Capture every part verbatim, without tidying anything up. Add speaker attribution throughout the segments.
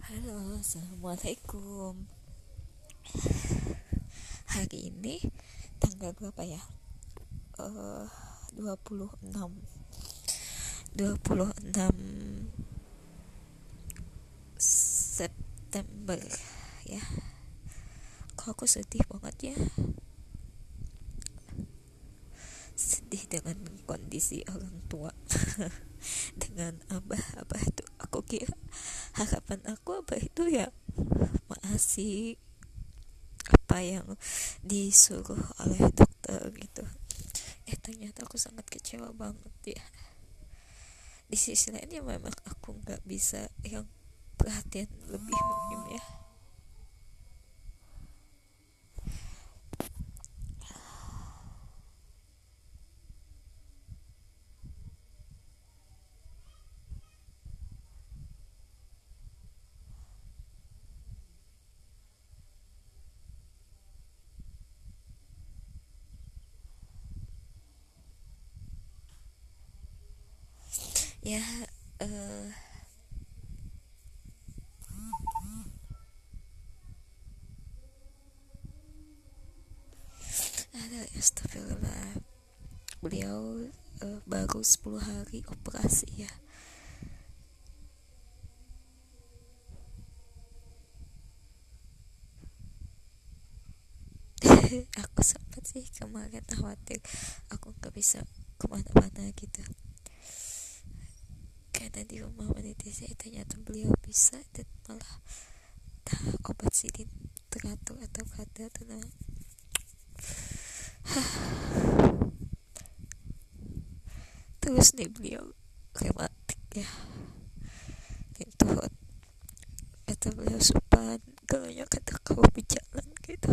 Speaker 1: Halo, assalamualaikum. Hari ini tanggal berapa ya? Uh, dua puluh enam dua puluh enam September ya. Kok aku sedih banget ya. Sedih dengan kondisi orang tua. Dengan abah-abah itu, aku kira harapan aku abah itu ya masih apa yang disuruh oleh dokter gitu. Eh ternyata aku sangat kecewa banget ya. Di sisi lain ya memang aku nggak bisa yang perhatian lebih mungkin ya. Ya uh, ada astagfirullah, beliau uh, baru sepuluh hari operasi ya. Aku sempat sih kemarin khawatir aku nggak bisa kemana-mana gitu, karena di rumah meniti saya ternyata beliau bisa, dan malah dah obat sidin teratur atau kada tenang. Terus nih beliau rematik ya, itu kata beliau supan kalau kata kau berjalan gitu.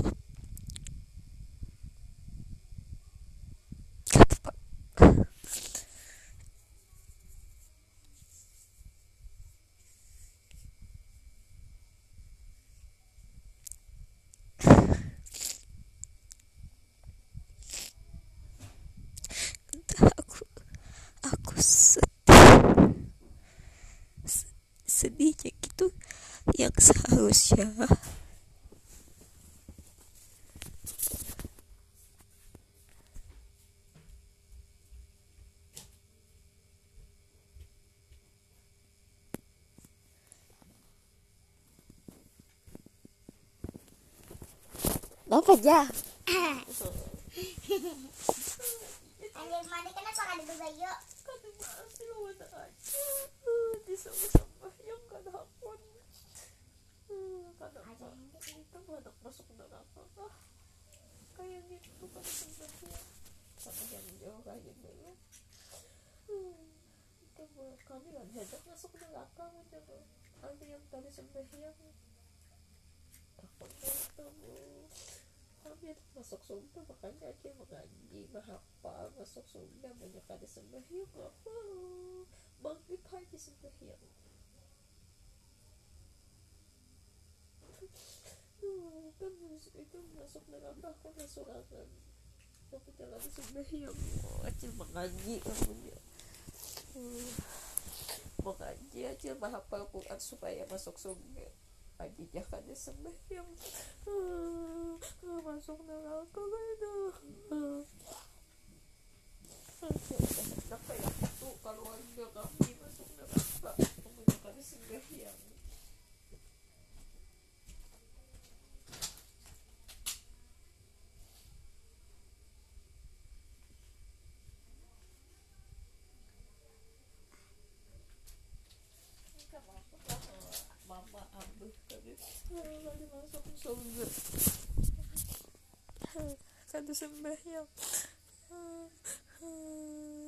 Speaker 1: Kata pak entah, aku aku sedih, sedihnya gitu, yang seharusnya apa aja.
Speaker 2: Anjir mandi kenapa kada bebayo?
Speaker 1: Kada masih lo ada aja. Di sama-sama yang kada hakon. Kada itu kada masuk neraka kah? Kayak gitu kan sebenarnya. Sama yang jauh kayak dulu. Itu kami kan hendak masuk neraka gitu. Ada yang tadi sembahyang. Takut itu. Kami masuk surga, makanya aja mengaji, menghafal, masuk surga banyak ada sembahyang apa maghrib pagi sembahyang. Hmm, kan itu masuk neraka, aku masuk akan aku jangan sembahyang, acil mengaji kamunya. Hmm, mengaji acil menghafal Quran supaya masuk surga. Aji jangan sembahyang, hmm, masuk neraka gitu. Kenapa ya itu kalau warga kami masuk neraka menggunakan sembahyang? Enggak masuk lah mama ambil tadi kali masuk surga kada sembahyang.